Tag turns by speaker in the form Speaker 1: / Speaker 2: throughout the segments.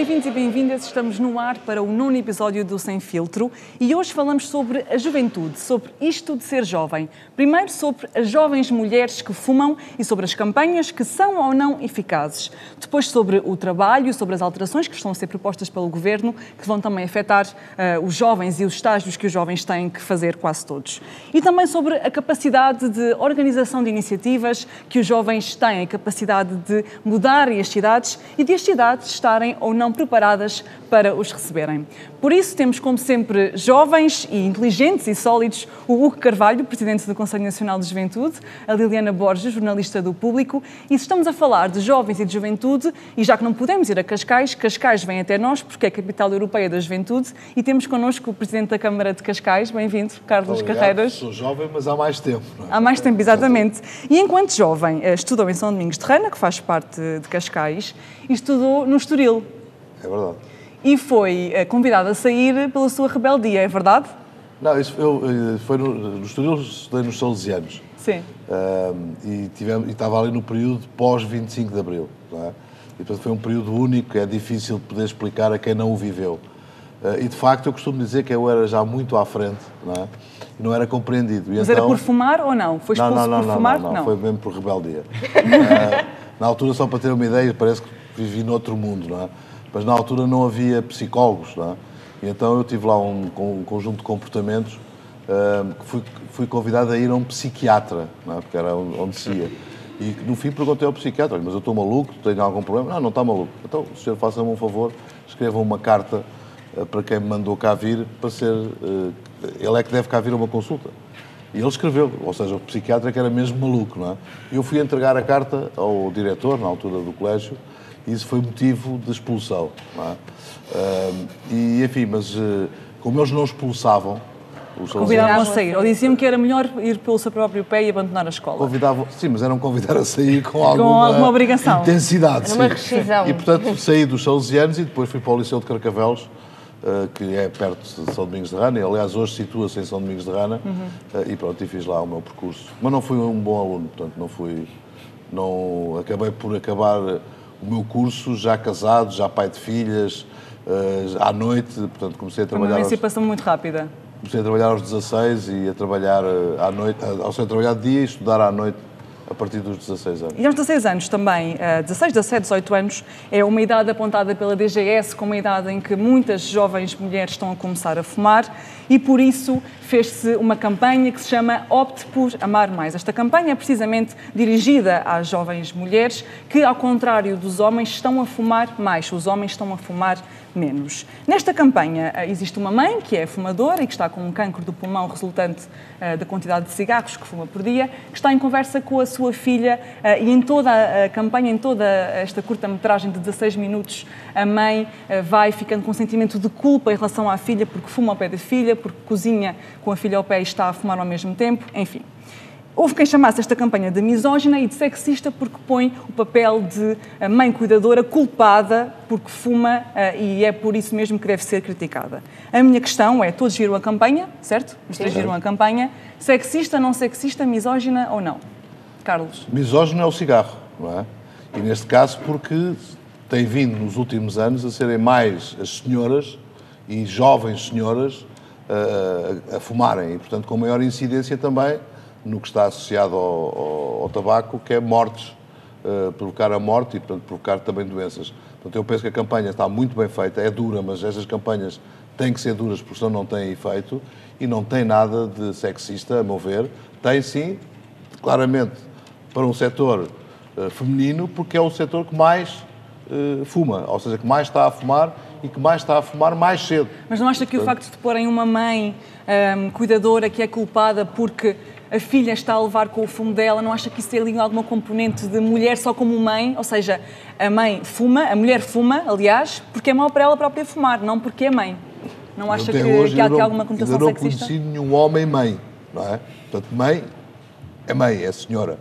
Speaker 1: bem-vindos e bem-vindas. Estamos no ar para o 9º episódio do Sem Filtro e hoje falamos sobre a juventude, sobre isto de ser jovem. Primeiro sobre as jovens mulheres que fumam e sobre as campanhas que são ou não eficazes. Depois sobre o trabalho, sobre as alterações que estão a ser propostas pelo Governo, que vão também afetar os jovens e os estágios que os jovens têm que fazer quase todos. E também sobre a capacidade de organização de iniciativas que os jovens têm, a capacidade de mudarem as cidades e de as cidades estarem ou não preparadas para os receberem. Por isso, temos, como sempre, jovens e inteligentes e sólidos, o Hugo Carvalho, Presidente do Conselho Nacional de Juventude, a Liliana Borges, jornalista do Público, e se estamos a falar de jovens e de juventude, e já que não podemos ir a Cascais, Cascais vem até nós, porque é a capital europeia da juventude, e temos connosco o Presidente da Câmara de Cascais, bem-vindo, Carlos Carreiras.
Speaker 2: Sou jovem, mas há mais tempo. Não é?
Speaker 1: Há mais tempo, exatamente. E enquanto jovem, estudou em São Domingos de Rana, que faz parte de Cascais, e estudou no Estoril.
Speaker 2: É verdade.
Speaker 1: E foi convidado a sair pela sua rebeldia, é verdade?
Speaker 2: Não, isso foi no Estoril, estudei nos Salesianos.
Speaker 1: Sim.
Speaker 2: E estava ali no período pós-25 de Abril. Não é? E, portanto, foi um período único, é difícil de poder explicar a quem não o viveu. E, de facto, eu costumo dizer que eu era já muito à frente, não é? E não era compreendido. E
Speaker 1: Mas
Speaker 2: então...
Speaker 1: era por fumar ou não? Foi expulso por fumar?
Speaker 2: Não, foi mesmo por rebeldia. Na altura, só para ter uma ideia, parece que vivi noutro mundo, não é? Mas na altura não havia psicólogos, não é? E então eu tive lá um conjunto de comportamentos que fui convidado a ir a um psiquiatra, não é? Porque era onde se ia. E no fim perguntei ao psiquiatra, mas eu estou maluco, tenho algum problema? Não está maluco. Então, o senhor faça-me um favor, escreva uma carta para quem me mandou cá vir, para ser... ele é que deve cá vir a uma consulta. E ele escreveu, ou seja, o psiquiatra que era mesmo maluco, não é? E eu fui entregar a carta ao diretor, na altura do colégio, e isso foi motivo de expulsão, não é? E, enfim, mas como eles não expulsavam...
Speaker 1: Convidavam a sair, ou diziam que era melhor ir pelo seu próprio pé e abandonar a escola.
Speaker 2: Convidavam, sim, mas eram convidar a sair com alguma
Speaker 1: obrigação.
Speaker 2: Intensidade.
Speaker 3: Era uma rescisão.
Speaker 2: E, portanto, saí dos Salesianos e depois fui para o Liceu de Carcavelos, que é perto de São Domingos de Rana, e, aliás, hoje situa-se em São Domingos de Rana, e pronto, e fiz lá o meu percurso. Mas não fui um bom aluno, portanto, acabei por acabar o meu curso já casado, já pai de filhas, à noite, portanto, comecei a trabalhar...
Speaker 1: Uma emancipação muito rápida.
Speaker 2: Comecei a trabalhar aos 16 e a trabalhar à noite, ou seja, a trabalhar de dia e estudar à noite a partir dos 16 anos.
Speaker 1: E aos 16 anos também, 16, 17, 18 anos, é uma idade apontada pela DGS como uma idade em que muitas jovens mulheres estão a começar a fumar e por isso fez-se uma campanha que se chama Opte por Amar Mais. Esta campanha é precisamente dirigida às jovens mulheres que, ao contrário dos homens, estão a fumar mais. Os homens estão a fumar menos. Nesta campanha existe uma mãe que é fumadora e que está com um cancro do pulmão resultante da quantidade de cigarros que fuma por dia, que está em conversa com a sua filha e em toda a campanha, em toda esta curta-metragem de 16 minutos, a mãe vai ficando com um sentimento de culpa em relação à filha porque fuma ao pé da filha, porque cozinha com a filha ao pé e está a fumar ao mesmo tempo, enfim. Houve quem chamasse esta campanha de misógina e de sexista porque põe o papel de mãe cuidadora culpada porque fuma e é por isso mesmo que deve ser criticada. A minha questão é, todos viram a campanha, certo? Os três viram a campanha. Sexista, não sexista, misógina ou não? Carlos?
Speaker 2: Misógino é o cigarro, não é? E neste caso porque tem vindo nos últimos anos a serem mais as senhoras e jovens senhoras a fumarem e, portanto, com maior incidência também no que está associado ao tabaco, que é mortes, provocar a morte e, portanto, provocar também doenças. Portanto, eu penso que a campanha está muito bem feita, é dura, mas estas campanhas têm que ser duras porque senão não têm efeito e não tem nada de sexista, a meu ver. Tem, sim, claramente, para um setor feminino, porque é o setor que mais fuma, ou seja, que mais está a fumar e que mais está a fumar mais cedo.
Speaker 1: Mas não acha que o facto de porem uma mãe cuidadora que é culpada porque a filha está a levar com o fumo dela, não acha que isso tem ali alguma componente de mulher só como mãe? Ou seja, a mãe fuma, a mulher fuma, aliás, porque é mau para ela própria fumar, não porque é mãe. Não acha que há aqui alguma conotação sexista?
Speaker 2: Eu não conheci nenhum homem-mãe, não é? Portanto, mãe, é senhora.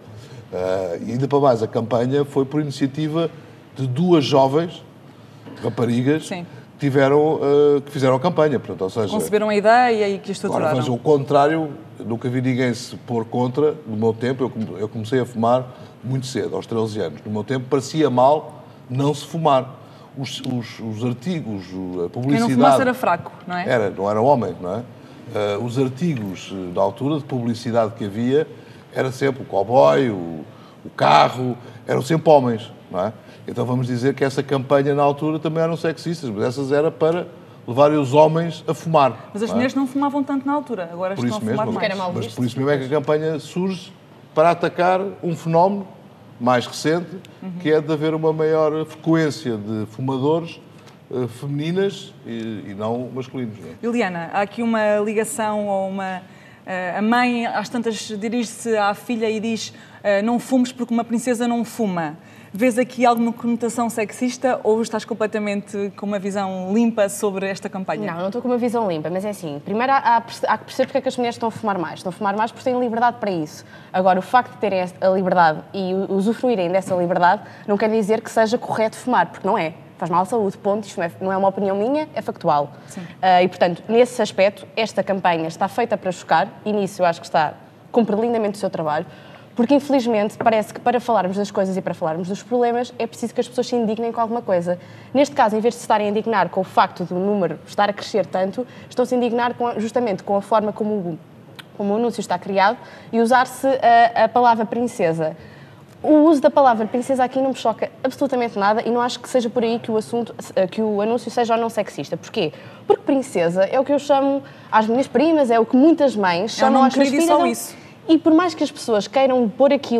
Speaker 2: E ainda para mais, a campanha foi por iniciativa de duas jovens raparigas
Speaker 1: Sim.
Speaker 2: que fizeram a campanha. Portanto, ou seja,
Speaker 1: conceberam a ideia e que estruturaram.
Speaker 2: Mas o contrário, nunca vi ninguém se pôr contra. No meu tempo, eu comecei a fumar muito cedo, aos 13 anos. No meu tempo, parecia mal não se fumar. os artigos, a publicidade...
Speaker 1: Quem não fumasse era fraco, não é?
Speaker 2: Não era homem, não é? Os artigos da altura de publicidade que havia era sempre o cowboy, o carro, eram sempre homens, não é? Então vamos dizer que essa campanha na altura também eram sexistas, mas essas era para levarem os homens a fumar.
Speaker 1: Mas as mulheres não fumavam tanto na altura, agora estão a fumar mais.
Speaker 2: Mas por isso mesmo é que a campanha surge para atacar um fenómeno mais recente, que é de haver uma maior frequência de fumadores femininas e não masculinos. Não é?
Speaker 1: Liliana, há aqui uma ligação ou uma... A mãe, às tantas, dirige-se à filha e diz não fumes porque uma princesa não fuma. Vês aqui alguma conotação sexista ou estás completamente com uma visão limpa sobre esta campanha?
Speaker 3: Não estou com uma visão limpa, mas é assim, primeiro há que perceber porque é que as mulheres estão a fumar mais. Estão a fumar mais porque têm liberdade para isso. Agora, o facto de terem a liberdade e usufruírem dessa liberdade não quer dizer que seja correto fumar, porque não é. Faz mal à saúde, ponto. Isto não é uma opinião minha, é factual. E, portanto, nesse aspecto, esta campanha está feita para chocar, e nisso eu acho que está a cumprir lindamente o seu trabalho, porque, infelizmente, parece que para falarmos das coisas e para falarmos dos problemas é preciso que as pessoas se indignem com alguma coisa. Neste caso, em vez de se estarem a indignar com o facto do número estar a crescer tanto, estão-se a indignar justamente com a forma como o anúncio está criado e usar-se a palavra princesa. O uso da palavra princesa aqui não me choca absolutamente nada e não acho que seja por aí que o anúncio seja ou não sexista. Porquê? Porque princesa é o que eu chamo às minhas primas, é o que muitas mães chamam às suas filhas.
Speaker 1: Só isso.
Speaker 3: E por mais que as pessoas queiram pôr aqui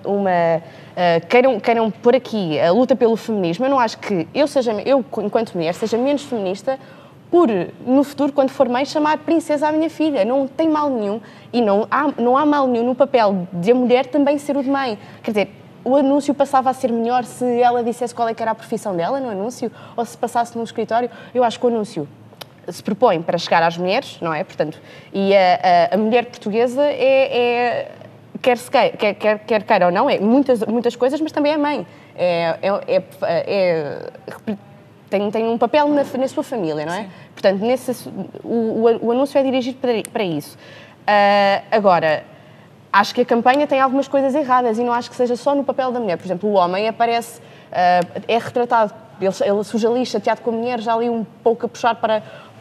Speaker 3: queiram pôr aqui a luta pelo feminismo, eu não acho que eu, enquanto mulher, seja menos feminista por, no futuro, quando for mãe, chamar princesa à minha filha. Não tem mal nenhum. E não há mal nenhum no papel de a mulher também ser o de mãe. Quer dizer, o anúncio passava a ser melhor se ela dissesse qual é que era a profissão dela no anúncio, ou se passasse no escritório. Eu acho que o anúncio se propõe para chegar às mulheres, não é? Portanto, e a mulher portuguesa quer queira ou não, é muitas coisas, mas também é mãe. Tem um papel na sua família, não é? Sim. Portanto, o anúncio é dirigido para isso. Agora, acho que a campanha tem algumas coisas erradas e não acho que seja só no papel da mulher. Por exemplo, o homem aparece, é retratado, ele suja ali, chateado com a mulher, já ali um pouco a puxar para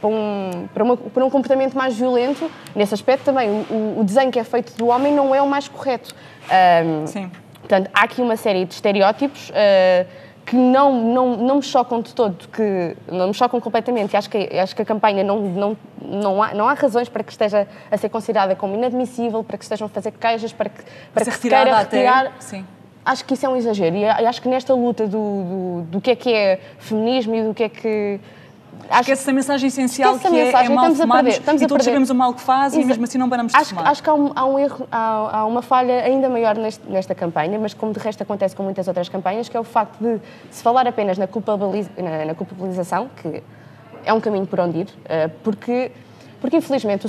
Speaker 3: um comportamento mais violento. Nesse aspecto também, o desenho que é feito do homem não é o mais correto.
Speaker 1: Sim.
Speaker 3: Portanto, há aqui uma série de estereótipos que não me chocam de todo, não me chocam completamente. E acho que a campanha não há razões para que esteja a ser considerada como inadmissível, para que estejam a fazer queixas, para que se queira retirar.
Speaker 1: Sim.
Speaker 3: Acho que isso é um exagero. E acho que nesta luta do que é feminismo e do que é que...
Speaker 1: Acho que essa mensagem essencial que é mal fumarmos e todos sabemos o mal que faz e mesmo assim não paramos de fumar.
Speaker 3: Acho que há um erro, há uma falha ainda maior nesta campanha, mas como de resto acontece com muitas outras campanhas, que é o facto de se falar apenas na culpabilização, que é um caminho por onde ir, porque infelizmente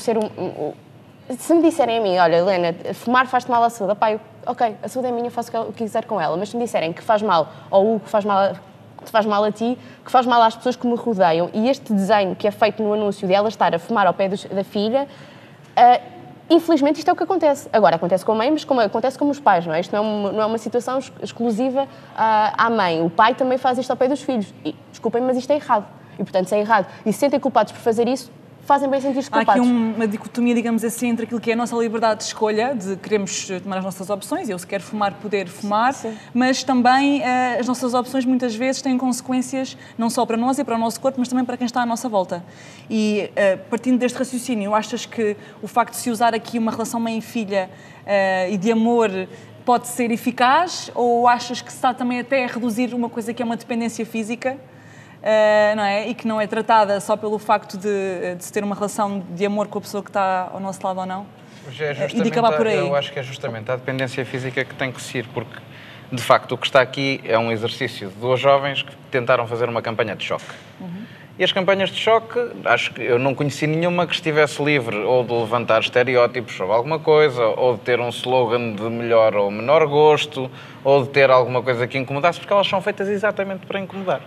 Speaker 3: se me disserem a mim, olha, Helena, fumar faz-te mal à saúde, ok, a saúde é minha, eu faço o que quiser com ela, mas se me disserem que faz mal, ou o que faz mal a ti, que faz mal às pessoas que me rodeiam, e este desenho que é feito no anúncio de ela estar a fumar ao pé da filha, infelizmente isto é o que acontece. Agora, acontece com a mãe, mas acontece com os pais, não é? Isto não é uma situação exclusiva à mãe. O pai também faz isto ao pé dos filhos. E, desculpem, mas isto é errado. E, portanto, se é errado e se sentem culpados por fazer isso, fazem bem sentir-se culpados.
Speaker 1: Há aqui uma dicotomia, digamos assim, entre aquilo que é a nossa liberdade de escolha, de queremos tomar as nossas opções, eu se quero fumar, poder fumar, sim, mas também as nossas opções muitas vezes têm consequências não só para nós e para o nosso corpo, mas também para quem está à nossa volta. E partindo deste raciocínio, achas que o facto de se usar aqui uma relação mãe e filha e de amor pode ser eficaz, ou achas que se está também até a reduzir uma coisa que é uma dependência física? Não é? E que não é tratada só pelo facto de se ter uma relação de amor com a pessoa que está ao nosso lado ou não?
Speaker 4: E de acabar por aí. Eu acho que é justamente a dependência física que tem que se ir, porque, de facto, o que está aqui é um exercício de duas jovens que tentaram fazer uma campanha de choque. E as campanhas de choque, acho que eu não conheci nenhuma que estivesse livre ou de levantar estereótipos sobre alguma coisa, ou de ter um slogan de melhor ou menor gosto, ou de ter alguma coisa que incomodasse, porque elas são feitas exatamente para incomodar.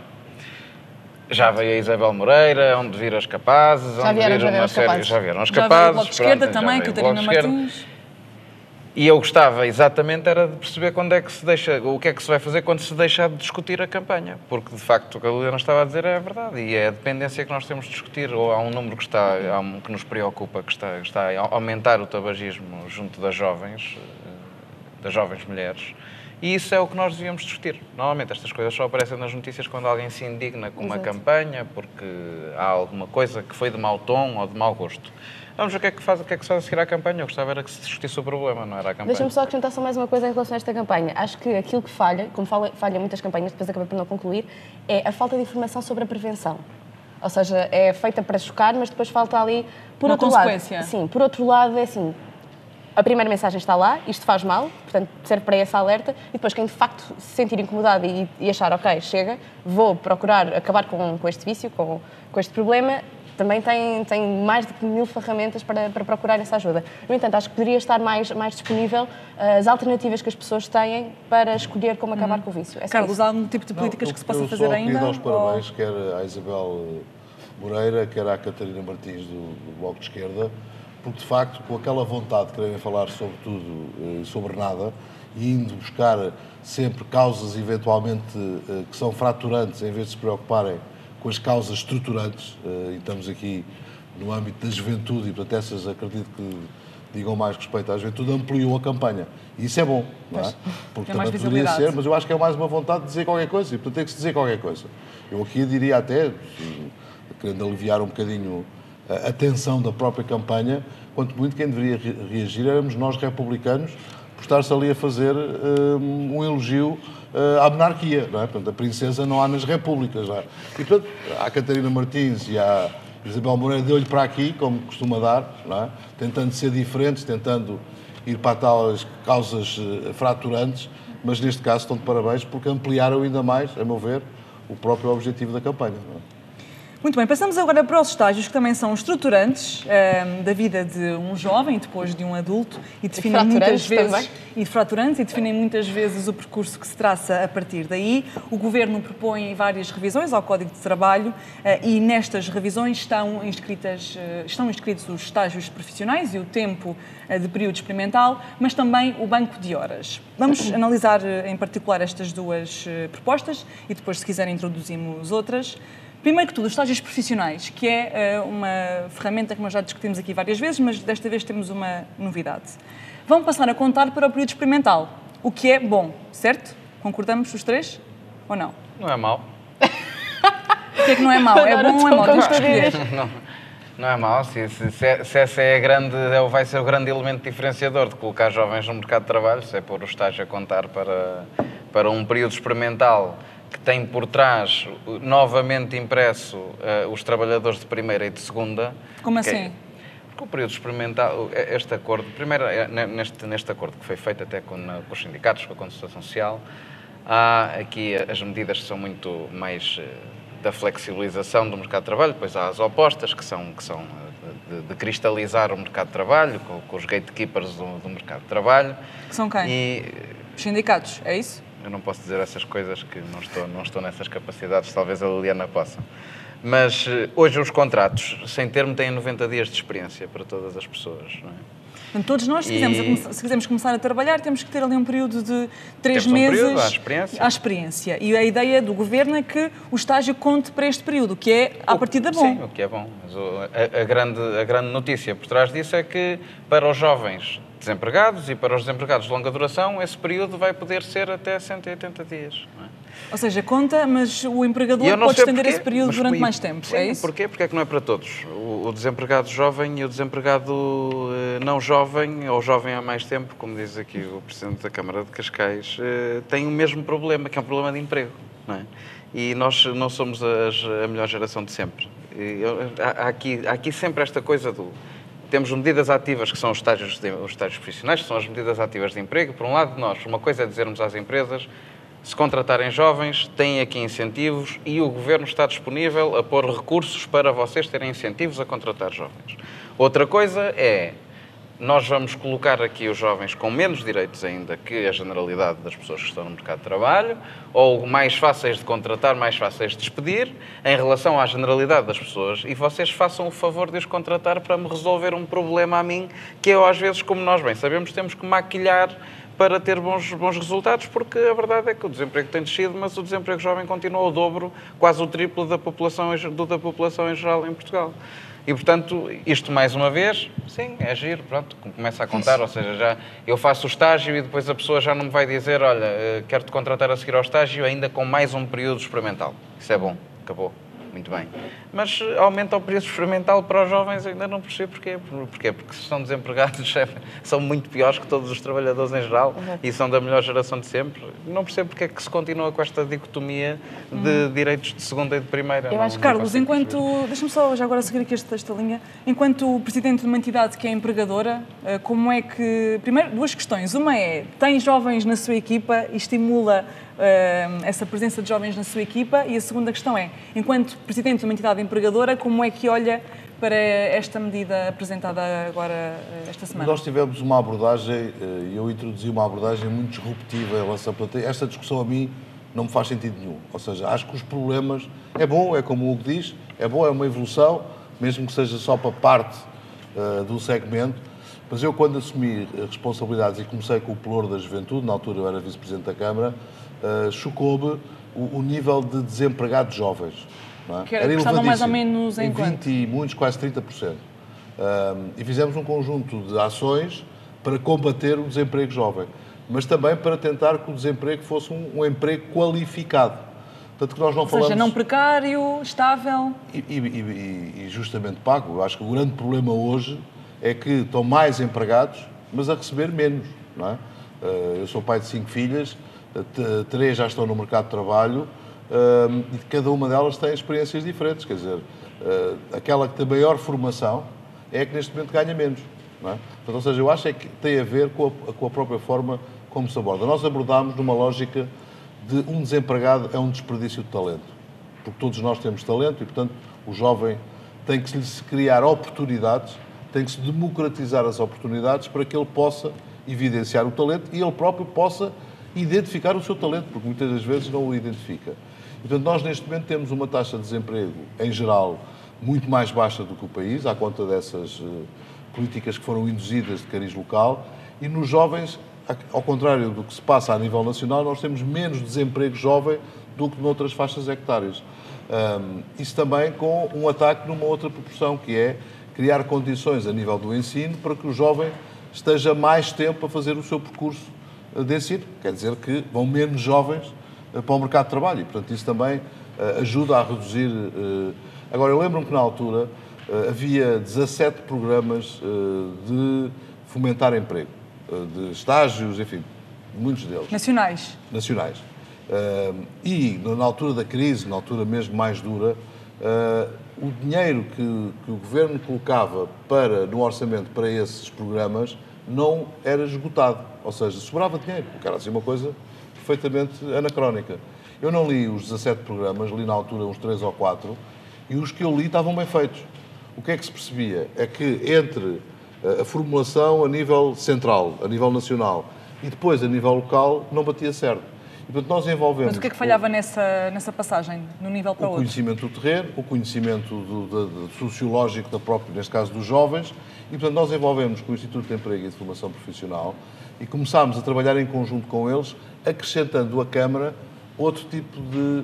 Speaker 4: Já veio a Isabel Moreira, onde vir as capazes,
Speaker 3: já vieram as capazes.
Speaker 4: Já vieram as
Speaker 1: capazes. Já veio o Bloco de Esquerda também, Catarina Martins.
Speaker 4: E eu gostava exatamente era de perceber quando é que se deixa, o que é que se vai fazer quando se deixa de discutir a campanha, porque de facto o que a Liliana estava a dizer é verdade e é a dependência que nós temos de discutir, ou há um número que nos preocupa, que está a aumentar o tabagismo junto das jovens mulheres, e isso é o que nós devíamos discutir. Normalmente estas coisas só aparecem nas notícias quando alguém se indigna com uma campanha, porque há alguma coisa que foi de mau tom ou de mau gosto. Vamos ver o que é que se faz a seguir à campanha. Eu gostava era que se discutisse o problema, não era a campanha.
Speaker 3: Deixa-me só acrescentar só mais uma coisa em relação a esta campanha. Acho que aquilo que falha, como falha muitas campanhas, depois acabei por não concluir, é a falta de informação sobre a prevenção. Ou seja, é feita para chocar, mas depois falta ali...
Speaker 1: Por outro lado,
Speaker 3: sim, por outro lado, é assim... A primeira mensagem está lá, isto faz mal, portanto serve para essa alerta, e depois quem de facto se sentir incomodado e achar, ok, chega, vou procurar acabar com este vício, com este problema, também tem mais de 1000 ferramentas para procurar essa ajuda. No entanto, acho que poderia estar mais disponível as alternativas que as pessoas têm para escolher como acabar com o vício.
Speaker 1: Carlos, há algum tipo de políticas que se possa fazer ainda?
Speaker 2: Eu queria dar os parabéns, quer à Isabel Moreira, quer à Catarina Martins do Bloco de Esquerda, porque de facto, com aquela vontade de quererem falar sobre tudo e sobre nada, e indo buscar sempre causas eventualmente que são fraturantes, em vez de se preocuparem com as causas estruturantes, e estamos aqui no âmbito da juventude, e portanto essas acredito que digam mais respeito à juventude, ampliou a campanha. E isso é bom, não é? Porque também poderia ser, mas eu acho que é mais uma vontade de dizer qualquer coisa, e portanto tem que se dizer qualquer coisa. Eu aqui diria até, querendo aliviar um bocadinho a tensão da própria campanha, quanto muito quem deveria reagir éramos nós republicanos, por estar-se ali a fazer um elogio à monarquia, não é? Portanto, a princesa não há nas repúblicas, não é? E, portanto, à Catarina Martins e à Isabel Moreira deu-lhe para aqui, como costuma dar, não é? Tentando ser diferentes, tentando ir para tais causas fraturantes, mas neste caso estão de parabéns porque ampliaram ainda mais, a meu ver, o próprio objetivo da campanha, não é?
Speaker 1: Muito bem, passamos agora para os estágios que também são estruturantes da vida de um jovem e depois de um adulto e definem muitas vezes fraturantes e definem muitas vezes o percurso que se traça a partir daí. O Governo propõe várias revisões ao Código de Trabalho e nestas revisões estão inscritos os estágios profissionais e o tempo de período experimental, mas também o banco de horas. Vamos analisar em particular estas duas propostas e depois, se quiserem, introduzimos outras. Primeiro que tudo, os estágios profissionais, que é uma ferramenta que nós já discutimos aqui várias vezes, mas desta vez temos uma novidade. Vão passar a contar para o período experimental, o que é bom, certo? Concordamos os três? Ou não?
Speaker 4: Não é mau.
Speaker 1: O que é que não é mau? É bom ou é mau? Temos que escolher.
Speaker 4: Não é mau. Se essa é vai ser o grande elemento diferenciador de colocar jovens no mercado de trabalho, se é pôr o estágio a contar para um período experimental que tem por trás, novamente impresso, os trabalhadores de primeira e de segunda.
Speaker 1: Como assim?
Speaker 4: Porque o período experimental, este acordo, primeiro, neste acordo que foi feito até com os sindicatos, com a concertação social, há aqui as medidas que são muito mais da flexibilização do mercado de trabalho, depois há as opostas, que são de cristalizar o mercado de trabalho, com os gatekeepers do mercado de trabalho.
Speaker 1: Que são quem? Os sindicatos, é isso?
Speaker 4: Eu não posso dizer essas coisas, que não estou nessas capacidades, talvez a Liliana possa. Mas hoje os contratos, sem termo, têm 90 dias de experiência para todas as pessoas, não é?
Speaker 1: Portanto, todos nós, se quisermos começar a trabalhar, temos que ter ali um período de 3 meses à experiência. E a ideia do Governo é que o estágio conte para este período, que é, à partida, bom.
Speaker 4: Sim, o que é bom. Mas a grande notícia por trás disso é que, para os jovens desempregados e para os desempregados de longa duração, esse período vai poder ser até 180 dias. Não é?
Speaker 1: Ou seja, conta, mas o empregador pode estender esse período durante mais tempo,
Speaker 4: sim,
Speaker 1: é isso?
Speaker 4: Porquê? Porque é que não é para todos. O desempregado jovem e o desempregado não jovem, ou jovem há mais tempo, como diz aqui o Presidente da Câmara de Cascais, têm o mesmo problema, que é um problema de emprego. Não é? E nós não somos a melhor geração de sempre. Há aqui sempre esta coisa do... Temos medidas ativas, que são os estágios profissionais, que são as medidas ativas de emprego. Por um lado, uma coisa é dizermos às empresas, se contratarem jovens, têm aqui incentivos e o Governo está disponível a pôr recursos para vocês terem incentivos a contratar jovens. Outra coisa é nós vamos colocar aqui os jovens com menos direitos ainda que a generalidade das pessoas que estão no mercado de trabalho, ou mais fáceis de contratar, mais fáceis de despedir, em relação à generalidade das pessoas, e vocês façam o favor de os contratar para me resolver um problema a mim, que eu, às vezes, como nós bem sabemos, temos que maquilhar para ter bons resultados, porque a verdade é que o desemprego tem descido, mas o desemprego jovem continua o dobro, quase o triplo da população em geral em Portugal. E, portanto, isto mais uma vez, sim, é giro, pronto, começa a contar, ou seja, já eu faço o estágio e depois a pessoa já não me vai dizer, olha, quero-te contratar a seguir ao estágio ainda com mais um período experimental. Isso é bom, acabou, muito bem. Mas aumenta o período experimental para os jovens, ainda não percebo porquê. Porquê? Porque se estão desempregados, são muito piores que todos os trabalhadores em geral e são da melhor geração de sempre. Não percebo porque é que se continua com esta dicotomia de direitos de segunda e de primeira.
Speaker 1: Eu acho, Carlos, deixa-me só já agora seguir aqui esta linha. Enquanto presidente de uma entidade que é empregadora, como é que... Primeiro, duas questões. Uma é, tem jovens na sua equipa e estimula essa presença de jovens na sua equipa? E a segunda questão é, enquanto presidente de uma entidade empregadora, como é que olha para esta medida apresentada agora esta semana?
Speaker 2: Nós tivemos uma abordagem, e eu introduzi uma abordagem muito disruptiva em relação a... Esta discussão a mim não me faz sentido nenhum. Ou seja, acho que os problemas... É bom, é como o Hugo diz, é bom, é uma evolução, mesmo que seja só para parte do segmento. Mas eu, quando assumi responsabilidades e comecei com o Pelouro da Juventude, na altura eu era vice-presidente da Câmara, chocou-me o nível de desempregados jovens. Não é?
Speaker 1: Que estavam mais ou menos em
Speaker 2: 20 e muitos, quase 30%. E fizemos um conjunto de ações para combater o desemprego jovem, mas também para tentar que o desemprego fosse um emprego qualificado. Tanto que nós não falamos...
Speaker 1: Ou seja, não precário, estável...
Speaker 2: E justamente pago. Eu acho que o grande problema hoje é que estão mais empregados, mas a receber menos. Não é? Eu sou pai de 5 filhas, 3 já estão no mercado de trabalho, e cada uma delas tem experiências diferentes. Quer dizer, aquela que tem maior formação é a que neste momento ganha menos. Não é? Portanto, ou seja, eu acho que tem a ver com a própria forma como se aborda. Nós abordámos numa lógica de um desempregado é um desperdício de talento. Porque todos nós temos talento e, portanto, o jovem tem que se criar oportunidades, tem que se democratizar as oportunidades para que ele possa evidenciar o talento e ele próprio possa identificar o seu talento, porque muitas das vezes não o identifica. Portanto, nós neste momento temos uma taxa de desemprego, em geral, muito mais baixa do que o país, à conta dessas políticas que foram induzidas de cariz local, e nos jovens, ao contrário do que se passa a nível nacional, nós temos menos desemprego jovem do que noutras faixas etárias. Isso também com um ataque numa outra proporção, que é criar condições a nível do ensino para que o jovem esteja mais tempo a fazer o seu percurso de ensino. Quer dizer que vão menos jovens para o mercado de trabalho e, portanto, isso também ajuda a reduzir... Agora, eu lembro-me que, na altura, havia 17 programas de fomentar emprego, de estágios, enfim, muitos deles.
Speaker 1: Nacionais.
Speaker 2: Nacionais. E, na altura da crise, na altura mesmo mais dura, o dinheiro que o Governo colocava no orçamento para esses programas não era esgotado. Ou seja, sobrava dinheiro, porque era assim uma coisa perfeitamente anacrónica. Eu não li os 17 programas, li na altura uns 3 ou 4, e os que eu li estavam bem feitos. O que é que se percebia? É que entre a formulação a nível central, a nível nacional, e depois a nível local, não batia certo. E, portanto, nós envolvemos...
Speaker 1: Mas o que é que falhava nessa passagem, no nível para o outro?
Speaker 2: O conhecimento do terreno, o conhecimento sociológico da própria, neste caso, dos jovens, e, portanto, nós envolvemos com o Instituto de Emprego e de Formação Profissional e começámos a trabalhar em conjunto com eles, acrescentando à Câmara outro tipo de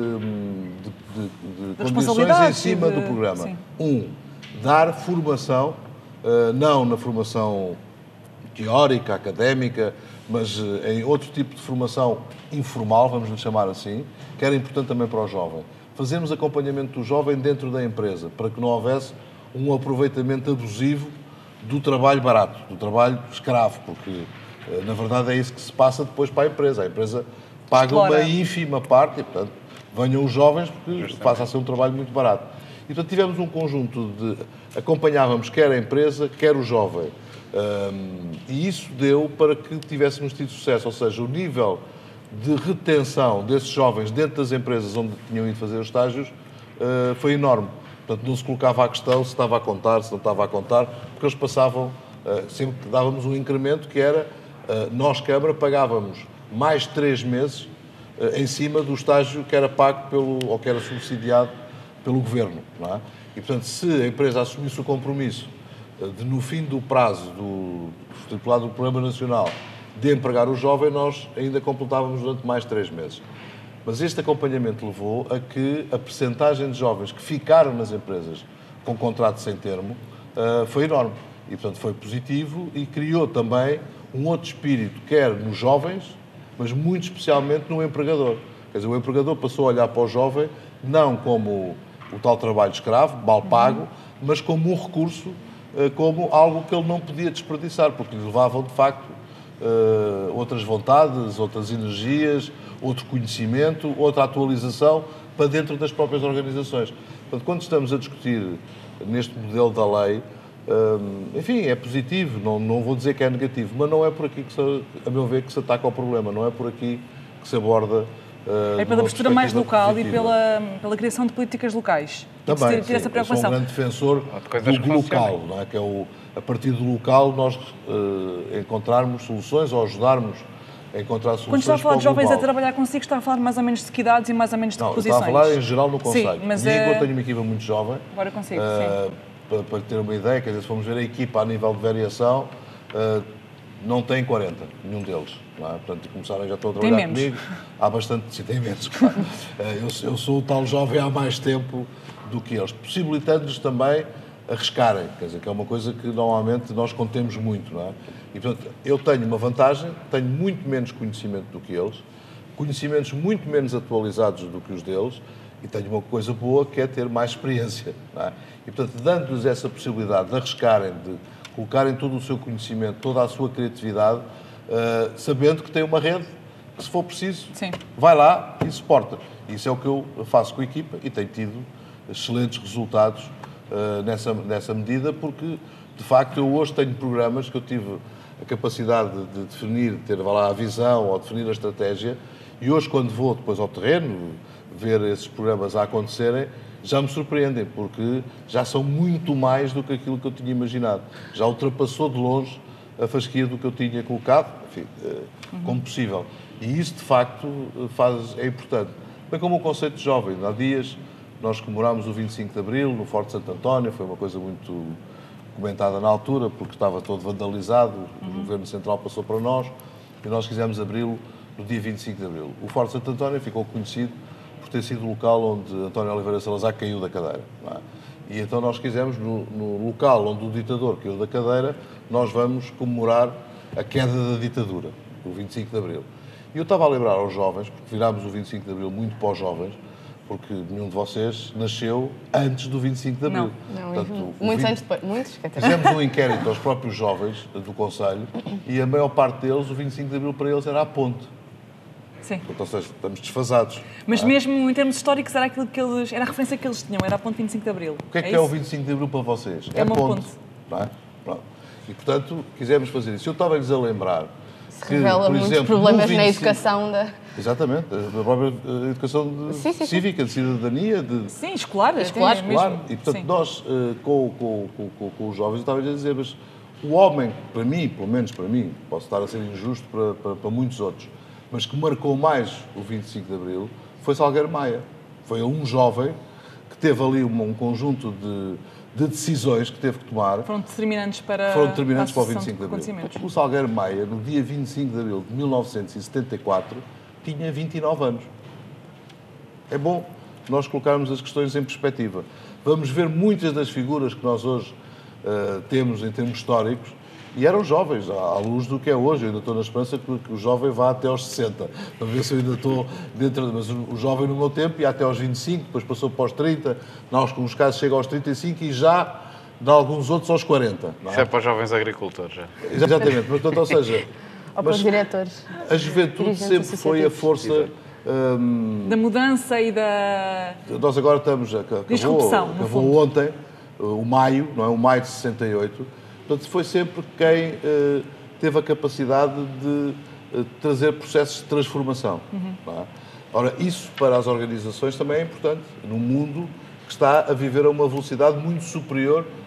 Speaker 2: condições em cima do programa. Sim. Dar formação, não na formação teórica, académica, mas em outro tipo de formação informal, vamos lhe chamar assim, que era importante também para o jovem. Fazermos acompanhamento do jovem dentro da empresa, para que não houvesse um aproveitamento abusivo do trabalho barato, do trabalho escravo, porque, na verdade, é isso que se passa depois para a empresa. A empresa paga uma ínfima parte e, portanto, venham os jovens porque passa a ser um trabalho muito barato. E, portanto, tivemos um conjunto de... Acompanhávamos quer a empresa, quer o jovem. E isso deu para que tivéssemos tido sucesso, ou seja, o nível de retenção desses jovens dentro das empresas onde tinham ido fazer os estágios foi enorme. Portanto, não se colocava a questão se estava a contar, se não estava a contar, porque eles passavam sempre que dávamos um incremento que era, nós, Câmara, pagávamos mais 3 meses em cima do estágio que era pago ou que era subsidiado pelo Governo. Não é? E, portanto, se a empresa assumisse o compromisso de, no fim do prazo estipulado do Programa Nacional, de empregar o jovem, nós ainda completávamos durante mais 3 meses. Mas este acompanhamento levou a que a percentagem de jovens que ficaram nas empresas com contrato sem termo foi enorme. E, portanto, foi positivo e criou também um outro espírito, quer nos jovens, mas muito especialmente no empregador. Quer dizer, o empregador passou a olhar para o jovem não como o tal trabalho escravo, mal pago, mas como um recurso, como algo que ele não podia desperdiçar, porque lhe levavam, de facto, outras vontades, outras energias, outro conhecimento, outra atualização para dentro das próprias organizações. Portanto, quando estamos a discutir neste modelo da lei, enfim, é positivo, não vou dizer que é negativo, mas não é por aqui, a meu ver, que se ataca ao problema, não é por aqui que se aborda.
Speaker 1: É pela postura mais local positiva. E pela criação de políticas locais.
Speaker 2: Também, sim, essa preocupação. Eu sou um grande defensor do local, não é? Que é a partir do local nós encontrarmos soluções ou ajudarmos a encontrar soluções.
Speaker 1: Quando está a falar de jovens a trabalhar consigo, está a falar mais ou menos de equidades e mais ou menos de posições?
Speaker 2: Não, está a falar em geral no Conselho.
Speaker 1: Sim, mas
Speaker 2: eu tenho uma equipa muito jovem.
Speaker 1: Agora consigo, sim.
Speaker 2: Para ter uma ideia, quer dizer, se formos ver a equipa a nível de variação, não tem 40, nenhum deles. Não é? Portanto, começaram, já estão a trabalhar comigo. Há bastante, sim, tem menos, claro. Eu sou o tal jovem há mais tempo do que eles, possibilitando-lhes também arriscarem, quer dizer, que é uma coisa que normalmente nós contemos muito, não é? E, portanto, eu tenho uma vantagem, tenho muito menos conhecimento do que eles, conhecimentos muito menos atualizados do que os deles, e tenho uma coisa boa que é ter mais experiência, não é? E, portanto, dando-lhes essa possibilidade de arriscarem, de colocarem todo o seu conhecimento, toda a sua criatividade, sabendo que tem uma rede que, se for preciso,
Speaker 1: sim,
Speaker 2: vai lá e suporta. Isso é o que eu faço com a equipa e tenho tido excelentes resultados nessa medida, porque, de facto, eu hoje tenho programas que eu tive a capacidade de definir, de ter lá a visão ou definir a estratégia, e hoje, quando vou depois ao terreno, ver esses programas a acontecerem, já me surpreendem, porque já são muito mais do que aquilo que eu tinha imaginado. Já ultrapassou de longe a fasquia do que eu tinha colocado, enfim, como possível. E isso, de facto, é importante. Bem como o conceito de jovem. Há dias nós comemorámos o 25 de Abril no Forte Santo António, foi uma coisa muito comentada na altura, porque estava todo vandalizado, o Governo Central passou para nós, e nós quisemos abri-lo no dia 25 de Abril. O Forte Santo António ficou conhecido por ter sido o local onde António Oliveira Salazar caiu da cadeira. Não é? E então nós quisemos, no local onde o ditador caiu da cadeira, nós vamos comemorar a queda da ditadura, o 25 de Abril. E eu estava a lembrar aos jovens, porque virámos o 25 de Abril muito para os jovens, porque nenhum de vocês nasceu antes do 25 de Abril.
Speaker 3: Não, portanto, muitos anos depois. Muitos,
Speaker 2: fizemos um inquérito aos próprios jovens do Conselho e a maior parte deles, o 25 de Abril para eles era a ponte.
Speaker 1: Sim.
Speaker 2: Ou seja, estamos desfasados.
Speaker 1: Mas mesmo em termos históricos era aquilo que eles, era a referência que eles tinham, era a ponte 25 de Abril.
Speaker 2: O que é o 25 de Abril para vocês?
Speaker 1: É uma ponte.
Speaker 2: Não é? Pronto. E, portanto, quisemos fazer isso. Eu estava-lhes a lembrar
Speaker 3: que, revela por exemplo, muitos problemas 25... na educação da...
Speaker 2: Exatamente, a própria educação cívica, de cidadania.
Speaker 1: Sim, escolar.
Speaker 2: Escolar. E, portanto, nós, com os jovens, eu estava-lhes a dizer, mas o homem, para mim, pelo menos para mim, posso estar a ser injusto para muitos outros, mas que marcou mais o 25 de Abril, foi Salgueiro Maia. Foi um jovem que teve ali um conjunto de decisões que teve que tomar.
Speaker 1: Foram determinantes para
Speaker 2: o 25 de Abril. O Salgueiro Maia, no dia 25 de Abril de 1974, tinha 29 anos. É bom nós colocarmos as questões em perspectiva. Vamos ver muitas das figuras que nós hoje temos em termos históricos, e eram jovens, à luz do que é hoje. Eu ainda estou na esperança que o jovem vá até aos 60, para ver se eu ainda estou dentro. Mas o jovem, no meu tempo, ia até aos 25, depois passou para os 30, em alguns casos chega aos 35 e já, de alguns outros, aos 40. Não é?
Speaker 4: Isso é para os jovens agricultores, já.
Speaker 2: Exatamente, mas, portanto, ou seja...
Speaker 3: Ou para os diretores.
Speaker 2: A juventude sempre foi a força...
Speaker 1: da mudança e da...
Speaker 2: Nós agora estamos... Acabou ontem, o maio, não é? O maio de 68... Portanto, foi sempre quem teve a capacidade de trazer processos de transformação. Não é? Ora, isso para as organizações também é importante, num mundo que está a viver a uma velocidade muito superior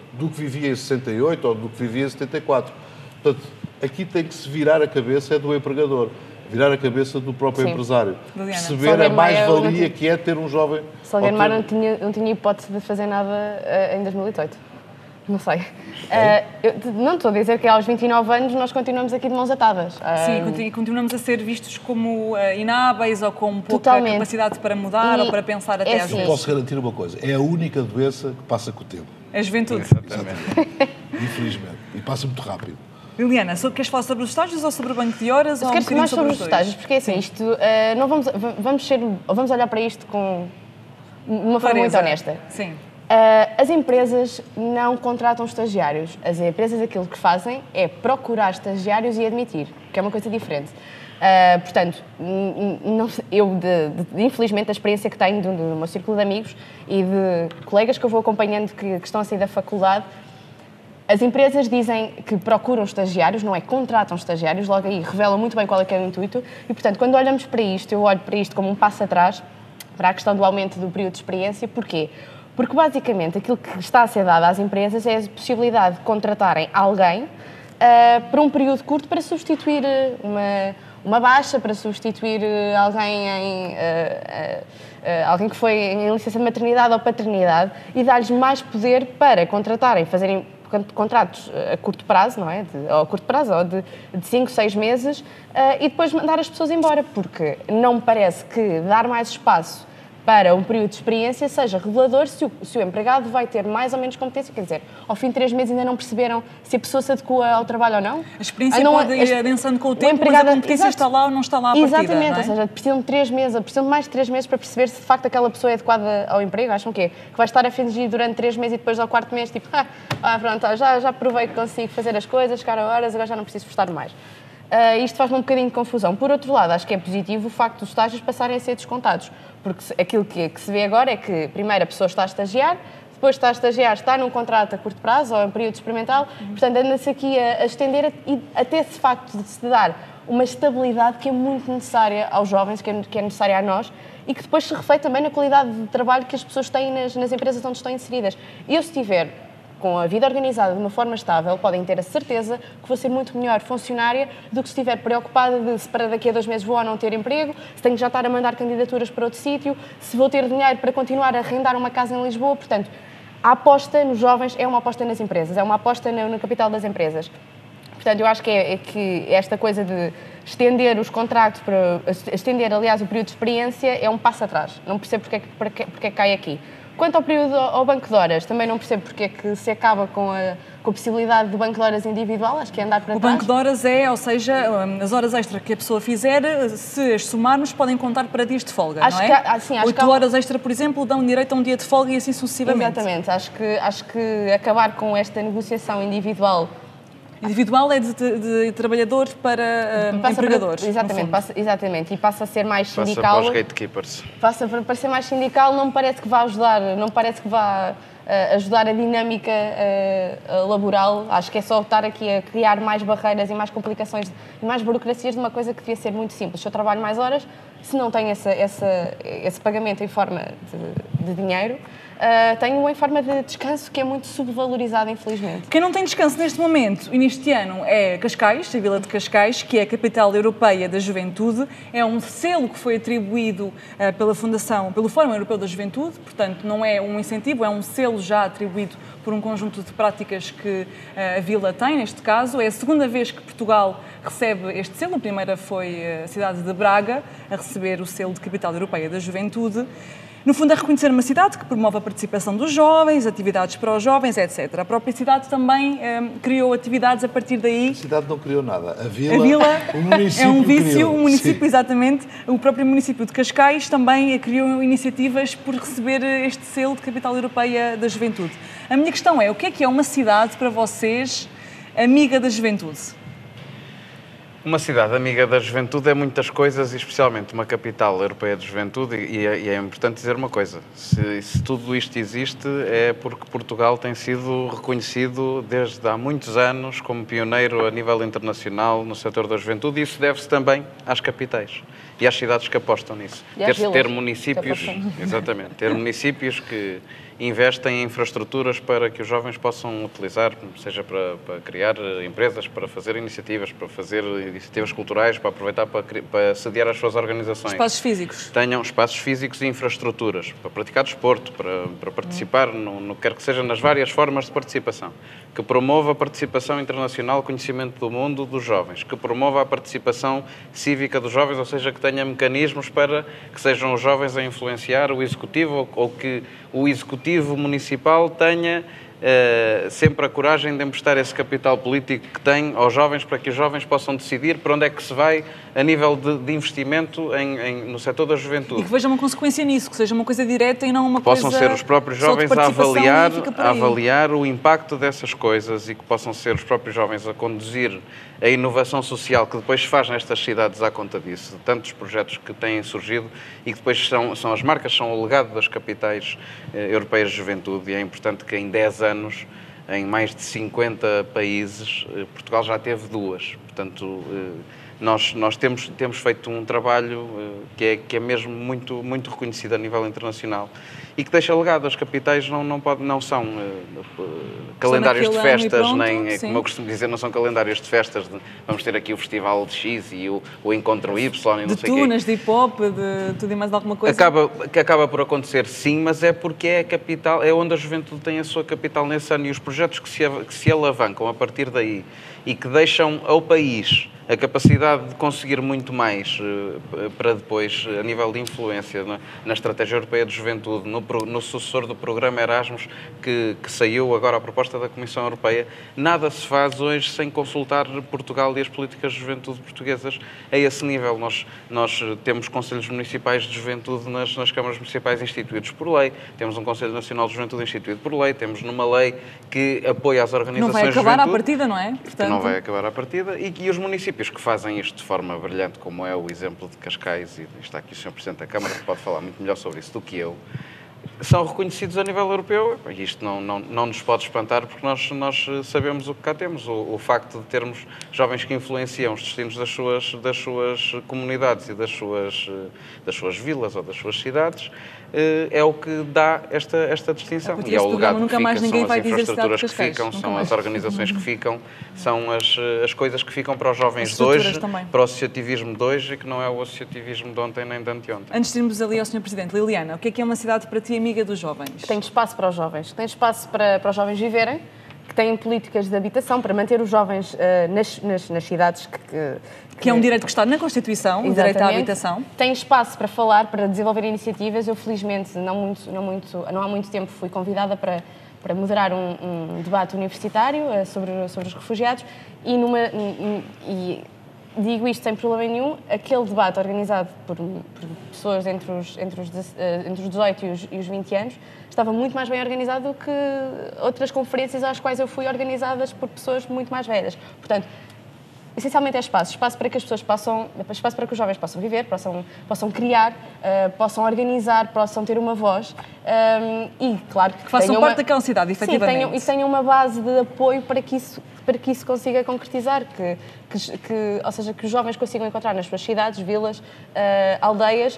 Speaker 2: do que vivia em 68 ou do que vivia em 74. Portanto, aqui tem que se virar a cabeça do empregador, virar a cabeça do próprio empresário. Perceber a mais-valia que é ter um jovem...
Speaker 3: Salgueiro Maia não tinha hipótese de fazer nada em 2018. Não sei. Não estou a dizer que aos 29 anos nós continuamos aqui de mãos atadas.
Speaker 1: Sim, continuamos a ser vistos como inábeis ou com pouca capacidade para mudar ou para pensar até às vezes.
Speaker 2: Eu posso garantir uma coisa, é a única doença que passa com o tempo.
Speaker 1: A juventude.
Speaker 2: Exatamente. Infelizmente. E passa muito rápido.
Speaker 1: Liliana, queres falar sobre os estágios ou sobre o banco de horas?
Speaker 3: Eu quero mais sobre os estágios, porque assim, isto, não vamos olhar para isto com uma forma muito honesta.
Speaker 1: Sim.
Speaker 3: As empresas não contratam estagiários. As empresas aquilo que fazem é procurar estagiários e admitir, que é uma coisa diferente. Portanto, infelizmente, a experiência que tenho do meu círculo de amigos e de colegas que eu vou acompanhando que estão a sair da faculdade, as empresas dizem que procuram estagiários, não é contratam estagiários, logo aí revelam muito bem qual é que é o intuito e, portanto, quando olhamos para isto, eu olho para isto como um passo atrás para a questão do aumento do período de experiência. Porquê? Porque, basicamente, aquilo que está a ser dado às empresas é a possibilidade de contratarem alguém por um período curto para substituir uma baixa, para substituir alguém que foi em licença de maternidade ou paternidade e dar-lhes mais poder para contratarem, fazerem contratos a curto prazo, não é? Ou de 5, 6 meses e depois mandar as pessoas embora, porque não me parece que dar mais espaço para um período de experiência seja revelador se o empregado vai ter mais ou menos competência. Quer dizer, ao fim de 3 meses ainda não perceberam se a pessoa se adequa ao trabalho ou não.
Speaker 1: A experiência pode ir adensando com o tempo, mas a competência está lá ou não está lá à partida.
Speaker 3: Exatamente,
Speaker 1: não é?
Speaker 3: Ou seja, precisam de 3 meses, precisam de mais de 3 meses para perceber se de facto aquela pessoa é adequada ao emprego. Acham que vai estar a fingir durante 3 meses e depois ao 4º mês, tipo, pronto, já provei que consigo fazer as coisas, chegar a horas, agora já não preciso esforçar mais. Isto faz-me um bocadinho de confusão. Por outro lado, acho que é positivo o facto dos estágios passarem a ser descontados, porque aquilo que se vê agora é que, primeiro, a pessoa está a estagiar, depois está a estagiar, está num contrato a curto prazo ou em período experimental, portanto, anda-se aqui a estender e até esse facto de se dar uma estabilidade que é muito necessária aos jovens, que é necessária a nós, e que depois se reflete também na qualidade de trabalho que as pessoas têm nas empresas onde estão inseridas. Eu, se tiver com a vida organizada de uma forma estável, podem ter a certeza que vou ser muito melhor funcionária do que se estiver preocupada de se para daqui a 2 meses vou ou não ter emprego, se tenho que já estar a mandar candidaturas para outro sítio, se vou ter dinheiro para continuar a arrendar uma casa em Lisboa. Portanto, a aposta nos jovens é uma aposta nas empresas, é uma aposta no capital das empresas. Portanto, eu acho que esta coisa de estender os contratos, estender, aliás, o período de experiência é um passo atrás. Não percebo porque é que cai aqui. Quanto ao período ao banco de horas, também não percebo porque é que se acaba com a possibilidade do banco de horas individual, acho que é andar para trás.
Speaker 1: O banco de horas ou seja, as horas extra que a pessoa fizer, se as somarmos, podem contar para dias de folga, não é? 8 horas extra, por exemplo, dão direito a um dia de folga e assim sucessivamente.
Speaker 3: Exatamente, acho que acabar com esta negociação individual...
Speaker 1: Individual é de trabalhador para empregador.
Speaker 3: Exatamente, e passa a ser mais sindical.
Speaker 4: Passa para os gatekeepers.
Speaker 3: Passa para ser mais sindical, não me parece que vá ajudar, ajudar a dinâmica laboral. Acho que é só estar aqui a criar mais barreiras e mais complicações e mais burocracias de uma coisa que devia ser muito simples. Se eu trabalho mais horas, se não tenho esse pagamento em forma de dinheiro, tenho em forma de descanso, que é muito subvalorizado, infelizmente.
Speaker 1: Quem não tem descanso neste momento e neste ano é Cascais, a Vila de Cascais, que é a capital europeia da juventude. É um selo que foi atribuído pelo Fórum Europeu da Juventude, portanto não é um incentivo, é um selo já atribuído por um conjunto de práticas que a Vila tem, neste caso. É a segunda vez que Portugal recebe este selo. A primeira foi a cidade de Braga a receber o selo de capital europeia da juventude. No fundo, é reconhecer uma cidade que promove a participação dos jovens, atividades para os jovens, etc. A própria cidade também criou atividades a partir daí.
Speaker 2: A cidade não criou nada. A Vila
Speaker 1: o município é um vício, criou. O município, sim. Exatamente. O próprio município de Cascais também criou iniciativas por receber este selo de capital europeia da juventude. A minha questão é, o que é uma cidade para vocês amiga da juventude?
Speaker 4: Uma cidade amiga da juventude é muitas coisas, e especialmente uma capital europeia de juventude, e é importante dizer uma coisa, se tudo isto existe é porque Portugal tem sido reconhecido desde há muitos anos como pioneiro a nível internacional no setor da juventude, e isso deve-se também às capitais e às cidades que apostam nisso. Ter municípios, exatamente, ter municípios que investem em infraestruturas para que os jovens possam utilizar, seja para criar empresas, para fazer iniciativas culturais, para aproveitar para sediar as suas organizações.
Speaker 1: Espaços físicos.
Speaker 4: Tenham espaços físicos e infraestruturas para praticar desporto, para participar no que quer que seja, nas várias formas de participação. Que promova a participação internacional, conhecimento do mundo dos jovens. Que promova a participação cívica dos jovens, ou seja, que tenha mecanismos para que sejam os jovens a influenciar o Executivo ou que o Executivo Municipal tenha sempre a coragem de emprestar esse capital político que tem aos jovens para que os jovens possam decidir para onde é que se vai a nível de investimento no setor da juventude.
Speaker 1: E que veja uma consequência nisso, que seja uma coisa direta e não uma coisa...
Speaker 4: Possam ser os próprios jovens a avaliar o impacto dessas coisas e que possam ser os próprios jovens a conduzir a inovação social que depois se faz nestas cidades à conta disso, de tantos projetos que têm surgido e que depois são as marcas, são o legado das capitais europeias de juventude, e é importante que em 10 anos, em mais de 50 países, Portugal já teve 2. Portanto, nós temos feito um trabalho que é mesmo muito, muito reconhecido a nível internacional e que deixa legado. As capitais não são calendários de festas, como eu costumo dizer, não são calendários de festas de vamos ter aqui o Festival de X e o Encontro Y e não sei o quê.
Speaker 1: De tunas, de hip-hop, de tudo e mais alguma coisa.
Speaker 4: Acaba por acontecer, sim, mas é porque é a capital, é onde a juventude tem a sua capital nesse ano, e os projetos que se alavancam a partir daí e que deixam ao país a capacidade de conseguir muito mais para depois, a nível de influência na Estratégia Europeia de Juventude, no sucessor do programa Erasmus, que saiu agora a proposta da Comissão Europeia. Nada se faz hoje sem consultar Portugal e as políticas de juventude portuguesas a esse nível. Nós temos conselhos municipais de juventude nas câmaras municipais instituídos por lei, temos um Conselho Nacional de Juventude instituído por lei, temos numa lei que apoia as organizações de juventude.
Speaker 1: Não vai acabar à partida, não é?
Speaker 4: Portanto, não vai acabar à partida, e os municípios que fazem isto de forma brilhante, como é o exemplo de Cascais, e está aqui o Sr. Presidente da Câmara, que pode falar muito melhor sobre isso do que eu, são reconhecidos a nível europeu, e isto não nos pode espantar, porque nós sabemos o que cá temos. O facto de termos jovens que influenciam os destinos das suas comunidades e das suas vilas ou das suas cidades é o que dá esta distinção.
Speaker 1: E é o legado que fica,
Speaker 4: são as infraestruturas que ficam, são as organizações que ficam, são as coisas que ficam para os jovens de hoje, para o associativismo de hoje, e que não é o associativismo de ontem nem de anteontem.
Speaker 1: Antes de irmos ali ao Sr. Presidente, Liliana, o que é uma cidade para ti amiga dos jovens?
Speaker 3: Que tem espaço para os jovens, que tem espaço para os jovens viverem, que tem políticas de habitação para manter os jovens nas cidades
Speaker 1: que é um direito que está na Constituição, o direito à habitação.
Speaker 3: Tem espaço para falar, para desenvolver iniciativas. Eu, felizmente, não há muito tempo fui convidada para moderar um debate universitário sobre os refugiados e digo isto sem problema nenhum, aquele debate organizado por pessoas entre os 18 e os 20 anos estava muito mais bem organizado do que outras conferências às quais eu fui organizadas por pessoas muito mais velhas. Portanto, essencialmente é espaço para que as pessoas espaço para que os jovens possam viver, possam criar, possam organizar, possam ter uma voz e, claro,
Speaker 1: que façam parte daquela cidade, efetivamente.
Speaker 3: E tenham uma base de apoio para que isso consiga concretizar, ou seja, que os jovens consigam encontrar nas suas cidades, vilas, aldeias,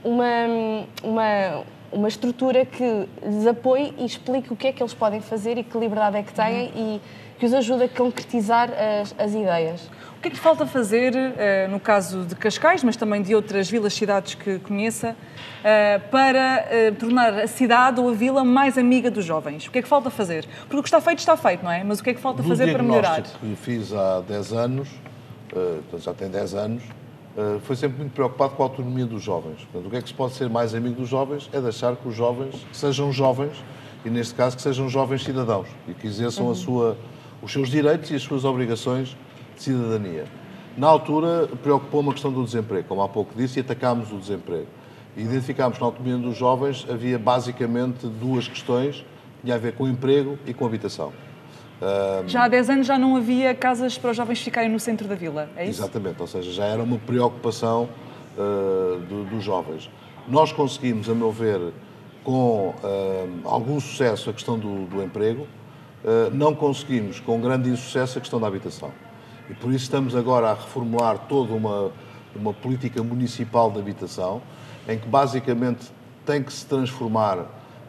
Speaker 3: uma estrutura que lhes apoie e explique o que é que eles podem fazer e que liberdade é que têm e que os ajude a concretizar as ideias.
Speaker 1: O que é que falta fazer, no caso de Cascais, mas também de outras vilas, cidades que conheça, para tornar a cidade ou a vila mais amiga dos jovens? O que é que falta fazer? Porque o que está feito, não é? Mas o que é que falta fazer para melhorar?
Speaker 2: O diagnóstico que fiz há 10 anos, já tem 10 anos, foi sempre muito preocupado com a autonomia dos jovens. Portanto, o que é que se pode ser mais amigo dos jovens é deixar que os jovens sejam jovens, e neste caso que sejam jovens cidadãos, e que exerçam os seus direitos e as suas obrigações de cidadania. Na altura, preocupou-me a questão do desemprego, como há pouco disse, e atacámos o desemprego. E identificámos na autonomia dos jovens, havia basicamente 2 questões, que tinha a ver com o emprego e com a habitação.
Speaker 1: Já há 10 anos já não havia casas para os jovens ficarem no centro da vila, é isso?
Speaker 2: Exatamente, ou seja, já era uma preocupação dos jovens. Nós conseguimos, a meu ver, com algum sucesso a questão do emprego, não conseguimos, com grande insucesso, a questão da habitação. E por isso estamos agora a reformular toda uma política municipal de habitação, em que basicamente tem que se transformar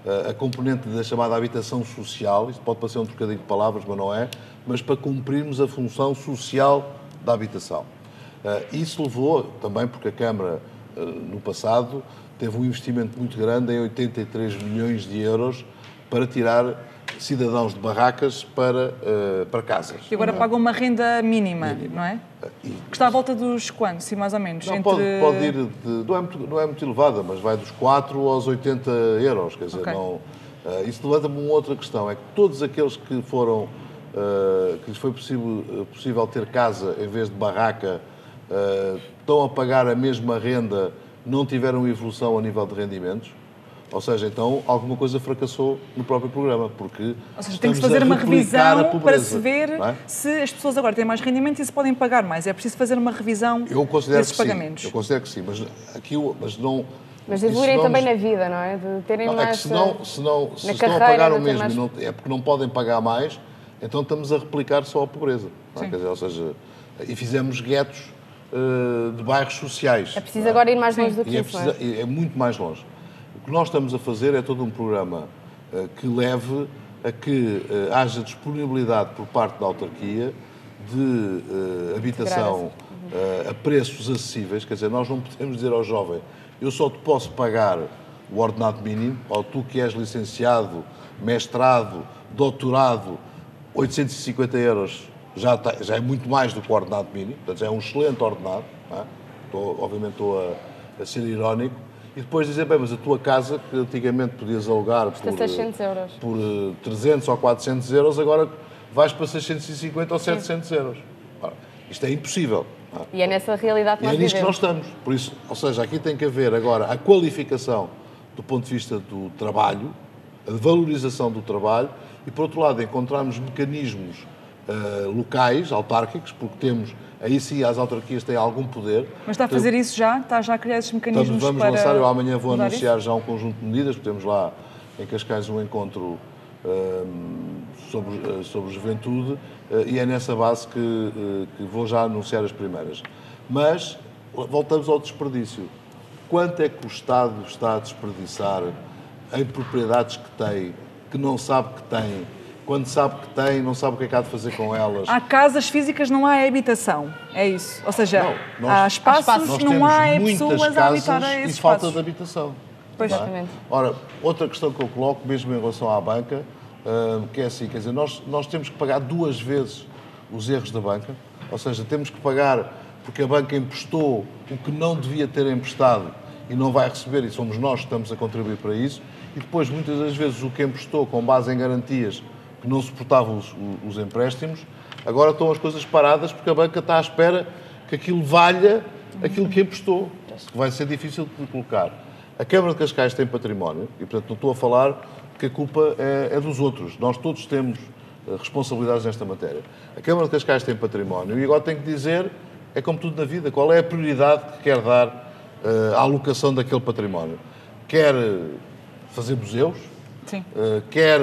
Speaker 2: a componente da chamada habitação social, isto pode parecer um trocadilho de palavras, mas não é, mas para cumprirmos a função social da habitação. Isso levou também porque a Câmara, no passado, teve um investimento muito grande em 83 milhões de euros para tirar cidadãos de barracas para casas.
Speaker 1: E agora pagam uma renda mínima, não é? Que está à volta dos quantos, sim, mais ou menos?
Speaker 2: Não, pode ir, não é muito elevada, mas vai dos 4 aos 80 euros. Quer dizer, isso levanta-me uma outra questão, é que todos aqueles que foram, que lhes foi possível ter casa em vez de barraca, estão a pagar a mesma renda, não tiveram evolução a nível de rendimentos. Ou seja, então, alguma coisa fracassou no próprio programa, porque
Speaker 1: tem que fazer uma revisão para se ver se as pessoas agora têm mais rendimento e se podem pagar mais. É preciso fazer uma revisão desses pagamentos.
Speaker 2: Eu considero que sim, mas
Speaker 3: evoluírem também na vida, não é? De terem mais...
Speaker 2: É que se estão a pagar o mesmo é porque não podem pagar mais, então estamos a replicar só a pobreza. Não é? Quer dizer, ou seja, e fizemos guetos de bairros sociais.
Speaker 3: É preciso agora ir mais longe do que isso,
Speaker 2: é muito mais longe. O que nós estamos a fazer é todo um programa que leve a que haja disponibilidade por parte da autarquia de habitação a preços acessíveis. Quer dizer, nós não podemos dizer ao jovem, eu só te posso pagar o ordenado mínimo, ou tu que és licenciado, mestrado, doutorado, 850 euros já é muito mais do que o ordenado mínimo, portanto já é um excelente ordenado. Não é? Obviamente estou a ser irónico. E depois dizer, bem, mas a tua casa, que antigamente podias alugar por 300 ou 400 euros, agora vais para 650 ou 700 euros. Ora, isto é impossível.
Speaker 3: E é nessa realidade que nós
Speaker 2: vivemos. E é nisto que nós estamos. Por isso, ou seja, aqui tem que haver agora a qualificação do ponto de vista do trabalho, a valorização do trabalho e, por outro lado, encontrarmos mecanismos locais, autárquicos, porque temos... Aí sim, as autarquias têm algum poder.
Speaker 1: Mas está a fazer isso já? Está já a criar esses mecanismos
Speaker 2: vamos lançar, eu amanhã vou anunciar já um conjunto de medidas, porque temos lá em Cascais um encontro sobre juventude e é nessa base que vou já anunciar as primeiras. Mas voltamos ao desperdício. Quanto é que o Estado está a desperdiçar em propriedades que tem, que não sabe que tem? Quando sabe que tem, não sabe o que é que há de fazer com elas.
Speaker 1: Há casas físicas, não há habitação. É isso. Ou seja, há espaços, não há pessoas a habitar a esses
Speaker 2: espaços. E falta de habitação.
Speaker 1: Pois.
Speaker 2: Exatamente. Ora, outra questão que eu coloco, mesmo em relação à banca, que é assim, quer dizer, nós temos que pagar 2 vezes os erros da banca. Ou seja, temos que pagar porque a banca emprestou o que não devia ter emprestado e não vai receber, e somos nós que estamos a contribuir para isso. E depois, muitas das vezes, o que emprestou com base em garantias que não suportavam os empréstimos, agora estão as coisas paradas porque a banca está à espera que aquilo valha aquilo que emprestou, que vai ser difícil de colocar. A Câmara de Cascais tem património e, portanto, não estou a falar que a culpa é dos outros. Nós todos temos responsabilidades nesta matéria. A Câmara de Cascais tem património e agora tem que dizer, é como tudo na vida, qual é a prioridade que quer dar à alocação daquele património. Quer fazer museus, quer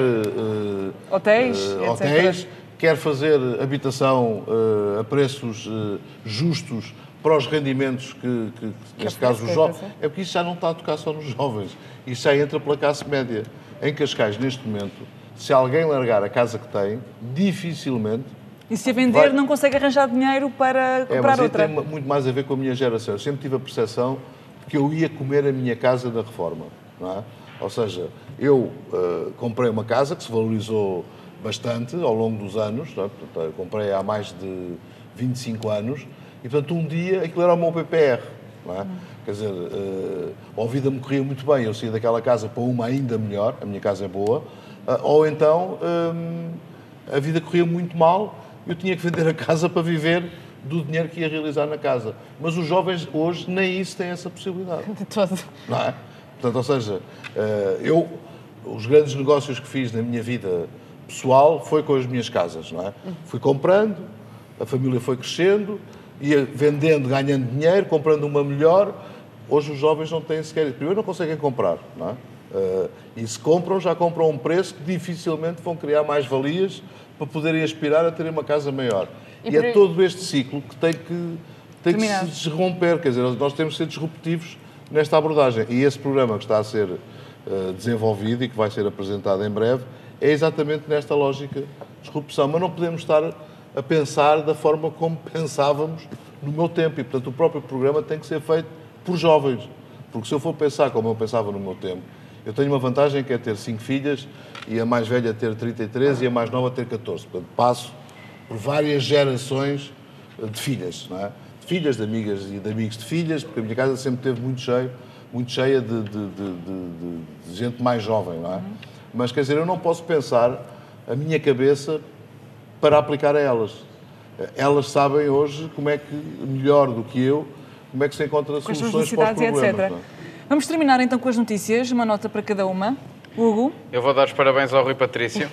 Speaker 2: hotéis, quer fazer habitação a preços justos para os rendimentos que neste caso, os jovens... É porque isso já não está a tocar só nos jovens. Isso já entra pela classe média. Em Cascais, neste momento, se alguém largar a casa que tem, dificilmente...
Speaker 1: E se a vender, não consegue arranjar dinheiro para comprar outra.
Speaker 2: Tem muito mais a ver com a minha geração. Eu sempre tive a percepção de que eu ia comer a minha casa da reforma. Não é? Ou seja, eu comprei uma casa que se valorizou bastante ao longo dos anos, não é? Portanto, eu comprei há mais de 25 anos, e portanto um dia aquilo era o meu PPR. Não é? Quer dizer, ou a vida me corria muito bem, eu saía daquela casa para uma ainda melhor, a minha casa é boa, ou então a vida corria muito mal, eu tinha que vender a casa para viver do dinheiro que ia realizar na casa. Mas os jovens hoje nem isso têm essa possibilidade.
Speaker 3: De todo.
Speaker 2: Não é? Portanto, ou seja, os grandes negócios que fiz na minha vida pessoal foi com as minhas casas, não é? Fui comprando, a família foi crescendo, ia vendendo, ganhando dinheiro, comprando uma melhor. Hoje os jovens não têm sequer... Primeiro não conseguem comprar, não é? E se compram, já compram a um preço que dificilmente vão criar mais valias para poderem aspirar a terem uma casa maior. E é todo este ciclo que tem que se desromper. Quer dizer, nós temos que ser disruptivos nesta abordagem. E esse programa que está a ser desenvolvido e que vai ser apresentado em breve, é exatamente nesta lógica de disrupção. Mas não podemos estar a pensar da forma como pensávamos no meu tempo. E, portanto, o próprio programa tem que ser feito por jovens. Porque se eu for pensar como eu pensava no meu tempo, eu tenho uma vantagem que é ter 5 filhas e a mais velha ter 33 e a mais nova ter 14. Portanto, passo por várias gerações de filhas, não é? De filhas, de amigas e de amigos de filhas, porque a minha casa sempre esteve muito cheia de gente mais jovem, não é? Mas, quer dizer, eu não posso pensar a minha cabeça para aplicar a elas. Elas sabem hoje como é que, melhor do que eu, como é que se encontra soluções para os problemas.
Speaker 1: Etc. Vamos terminar então com as notícias, uma nota para cada uma. Hugo?
Speaker 4: Eu vou dar os parabéns ao Rui Patrício.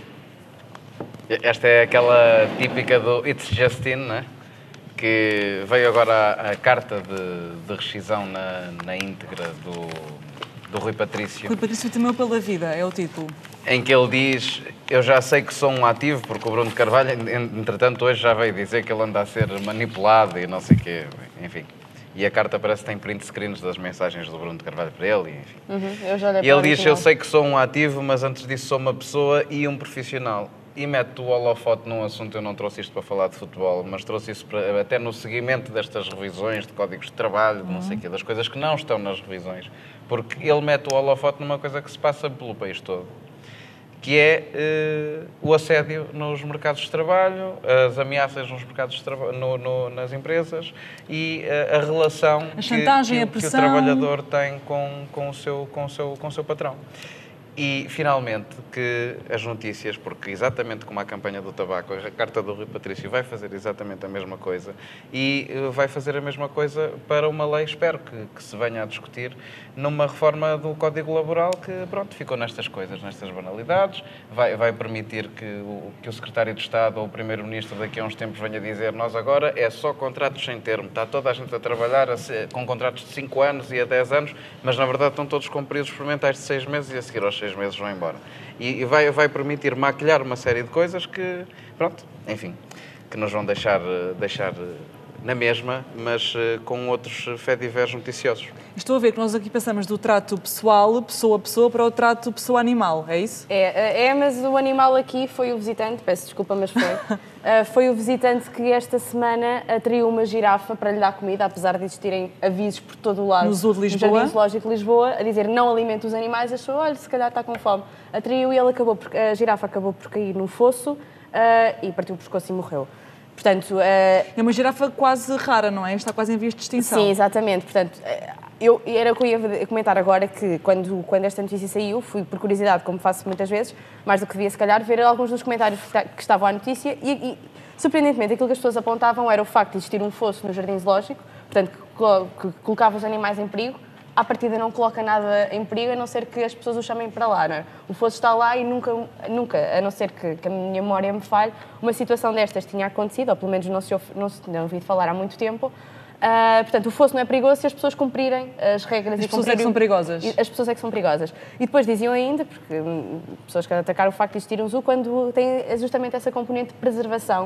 Speaker 4: Esta é aquela típica do It's Just In, né? Que veio agora a carta de rescisão na íntegra do Rui Patrício.
Speaker 1: Rui Patrício temeu pela vida, é o título.
Speaker 4: Em que ele diz, eu já sei que sou um ativo, porque o Bruno de Carvalho, entretanto, hoje já veio dizer que ele anda a ser manipulado e não sei o quê, enfim. E a carta parece que tem print screens das mensagens do Bruno de Carvalho para ele, enfim.
Speaker 3: Eu já
Speaker 4: e ele diz, eu sei que sou um ativo, mas antes disso sou uma pessoa e um profissional. E mete o holofote num assunto, eu não trouxe isto para falar de futebol, mas trouxe isso para, até no seguimento destas revisões de códigos de trabalho, de não sei o quê, das coisas que não estão nas revisões. Porque ele mete o holofote numa coisa que se passa pelo país todo, que é o assédio nos mercados de trabalho, as ameaças nos mercados de trabalho, nas empresas e a relação
Speaker 1: a chantagem,
Speaker 4: que o trabalhador tem com o seu patrão. E, finalmente, que as notícias, porque exatamente como a campanha do tabaco, a carta do Rui Patrício vai fazer exatamente a mesma coisa e vai fazer a mesma coisa para uma lei, espero que se venha a discutir, numa reforma do Código Laboral que, pronto, ficou nestas coisas, nestas banalidades, vai permitir que o Secretário de Estado ou o Primeiro-Ministro daqui a uns tempos venha dizer nós agora é só contratos sem termo, está toda a gente a trabalhar com contratos de 5 anos e a 10 anos, mas na verdade estão todos com períodos experimentais de 6 meses e a seguir aos 6 meses vão embora. E vai permitir maquilhar uma série de coisas que, pronto, enfim, que nos vão deixar na mesma, mas com outros faits-divers noticiosos.
Speaker 1: Estou a ver que nós aqui passamos do trato pessoal, pessoa a pessoa, para o trato pessoa-animal, é isso?
Speaker 3: Mas o animal aqui foi o visitante, peço desculpa, mas foi. Foi o visitante que esta semana atraiu uma girafa para lhe dar comida, apesar de existirem avisos por todo o lado.
Speaker 1: No Zoo de Lisboa?
Speaker 3: No Jardim Zoológico de Lisboa, a dizer não alimente os animais, achou, olha, se calhar está com fome. Atraiu e a girafa acabou por cair no fosso e partiu o pescoço e morreu. Portanto,
Speaker 1: é uma girafa quase rara, não é? Está quase em vias de extinção.
Speaker 3: Sim, exatamente. Portanto, era o que eu ia comentar agora, que quando esta notícia saiu, fui por curiosidade, como faço muitas vezes, mais do que devia se calhar, ver alguns dos comentários que estavam à notícia e surpreendentemente, aquilo que as pessoas apontavam era o facto de existir um fosso no Jardim Zoológico, portanto, que colocava os animais em perigo. À partida não coloca nada em perigo, a não ser que as pessoas o chamem para lá, não é? O fosso está lá e nunca, a não ser que a minha memória me falhe, uma situação destas tinha acontecido, ou pelo menos não se ouvi falar há muito tempo. Portanto, o fosso não é perigoso se as pessoas cumprirem as regras.
Speaker 1: As pessoas é que são perigosas.
Speaker 3: As pessoas é que são perigosas. E depois diziam ainda, porque pessoas que atacaram o facto de existir um zoo, quando tem justamente essa componente de preservação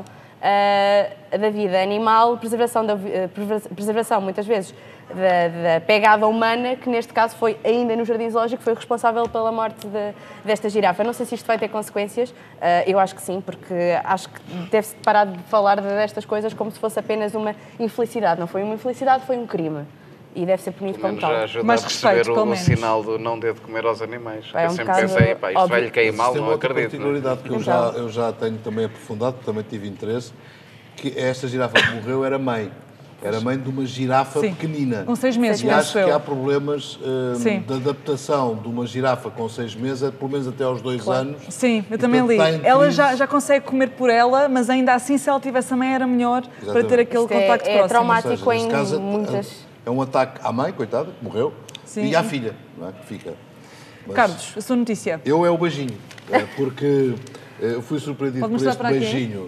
Speaker 3: da vida animal, preservação muitas vezes da pegada humana, que neste caso foi ainda no Jardim Zoológico, foi responsável pela morte desta girafa. Não sei se isto vai ter consequências, eu acho que sim, porque acho que deve-se parar de falar destas coisas como se fosse apenas uma infelicidade. Não foi uma infelicidade, foi um crime. E deve ser punido como tal.
Speaker 4: Já ajuda a perceber o sinal do não ter de comer aos animais. Eu sempre pensei, isto vai-lhe cair mal, não acredito.
Speaker 2: Tem uma particularidade que eu já tenho também aprofundado, porque também tive interesse, que esta girafa que morreu era mãe. Era mãe de uma girafa pequenina.
Speaker 1: Com 6 meses,
Speaker 2: e acho que há problemas de adaptação de uma girafa com 6 meses, pelo menos até aos 2 anos.
Speaker 1: Sim, eu também li. Ela já consegue comer por ela, mas ainda assim, se ela tivesse a mãe, era melhor. Exatamente. Para ter aquele contacto próximo.
Speaker 3: É traumático em muitas...
Speaker 2: É um ataque à mãe, coitada, que morreu, e à filha, não é? Que fica.
Speaker 1: Mas Carlos, a sua notícia.
Speaker 2: Eu é o beijinho, porque eu fui surpreendido por este beijinho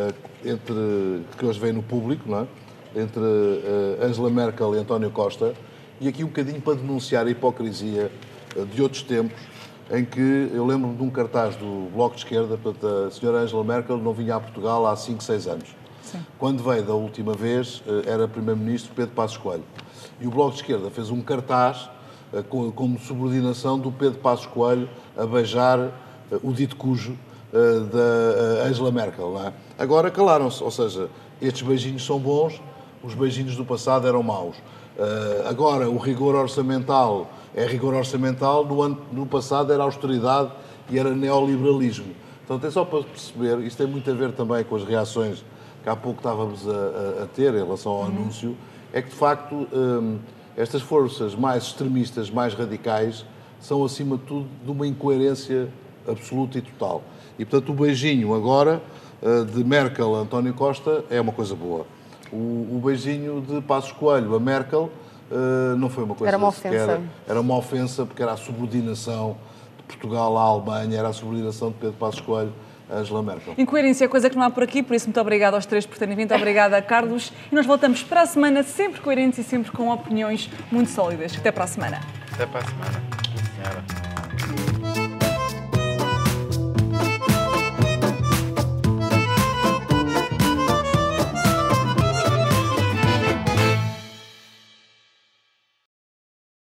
Speaker 2: que hoje veio no público, não é? Entre Angela Merkel e António Costa, e aqui um bocadinho para denunciar a hipocrisia de outros tempos, em que eu lembro-me de um cartaz do Bloco de Esquerda, portanto, a senhora Angela Merkel não vinha a Portugal há 5, 6 anos. Sim. Quando veio da última vez, era Primeiro-Ministro Pedro Passos Coelho. E o Bloco de Esquerda fez um cartaz como subordinação do Pedro Passos Coelho a beijar o dito cujo da Angela Merkel. Não é? Agora calaram-se, ou seja, estes beijinhos são bons, os beijinhos do passado eram maus. Agora, o rigor orçamental é rigor orçamental, no passado era austeridade e era neoliberalismo. Então, é só para perceber, isto tem muito a ver também com as reações que há pouco estávamos a ter em relação ao anúncio, é que, de facto, estas forças mais extremistas, mais radicais, são, acima de tudo, de uma incoerência absoluta e total. E, portanto, o beijinho agora de Merkel a António Costa é uma coisa boa. O beijinho de Passos Coelho a Merkel não foi uma coisa...
Speaker 3: Era uma ofensa.
Speaker 2: Era uma ofensa porque era a subordinação de Portugal à Alemanha, era a subordinação de Pedro Passos Coelho a Angela Merkel.
Speaker 1: Incoerência é coisa que não há por aqui, por isso muito obrigada aos três por terem vindo. Obrigada, Carlos. E nós voltamos para a semana sempre coerentes e sempre com opiniões muito sólidas. Até para a semana.
Speaker 4: Até para a semana. Senhora.